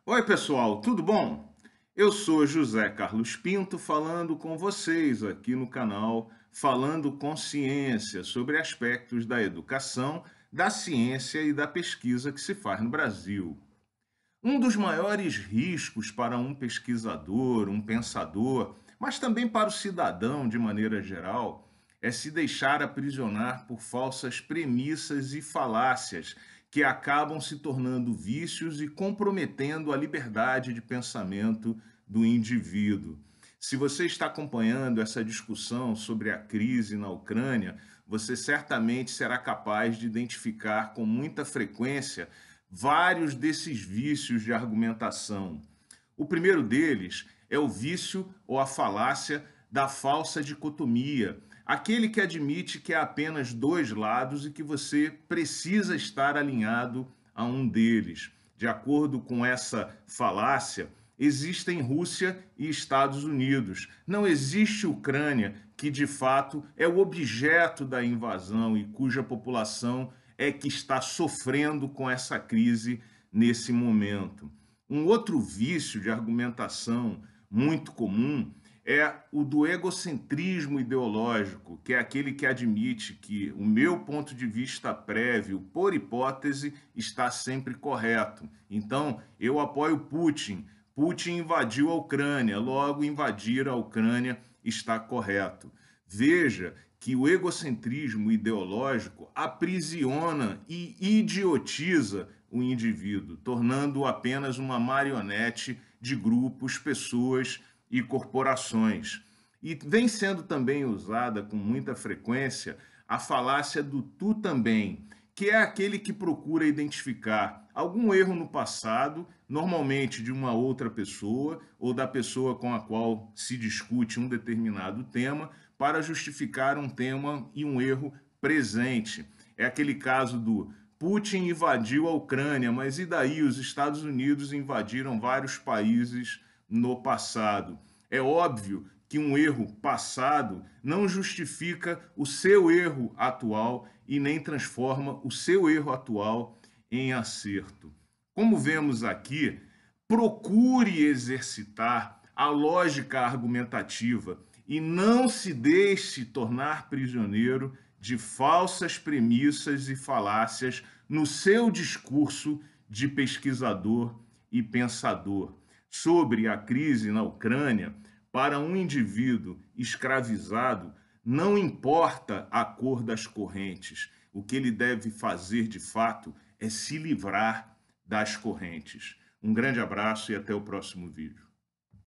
Oi, pessoal, tudo bom? Eu sou José Carlos Pinto falando com vocês aqui no canal Falando com Ciência sobre aspectos da educação, da ciência e da pesquisa que se faz no Brasil. Um dos maiores riscos para um pesquisador, um pensador, mas também para o cidadão de maneira geral, é se deixar aprisionar por falsas premissas e falácias que acabam se tornando vícios e comprometendo a liberdade de pensamento do indivíduo. Se você está acompanhando essa discussão sobre a crise na Ucrânia, você certamente será capaz de identificar com muita frequência vários desses vícios de argumentação. O primeiro deles é o vício ou a falácia da falsa dicotomia, aquele que admite que há apenas dois lados e que você precisa estar alinhado a um deles. De acordo com essa falácia, existem Rússia e Estados Unidos. Não existe Ucrânia, que de fato é o objeto da invasão e cuja população é que está sofrendo com essa crise nesse momento. Um outro vício de argumentação muito comum é o do egocentrismo ideológico, que é aquele que admite que o meu ponto de vista prévio, por hipótese, está sempre correto. Então, eu apoio Putin. Putin invadiu a Ucrânia, logo invadir a Ucrânia está correto. Veja que o egocentrismo ideológico aprisiona e idiotiza o indivíduo, tornando-o apenas uma marionete de grupos, pessoas e corporações. E vem sendo também usada com muita frequência a falácia do tu também, que é aquele que procura identificar algum erro no passado, normalmente de uma outra pessoa ou da pessoa com a qual se discute um determinado tema, para justificar um tema e um erro presente. É aquele caso do Putin invadiu a Ucrânia, mas e daí os Estados Unidos invadiram vários países no passado? É óbvio que um erro passado não justifica o seu erro atual e nem transforma o seu erro atual em acerto. Como vemos aqui, procure exercitar a lógica argumentativa e não se deixe tornar prisioneiro de falsas premissas e falácias no seu discurso de pesquisador e pensador. Sobre a crise na Ucrânia, para um indivíduo escravizado, não importa a cor das correntes. O que ele deve fazer de fato é se livrar das correntes. Um grande abraço e até o próximo vídeo.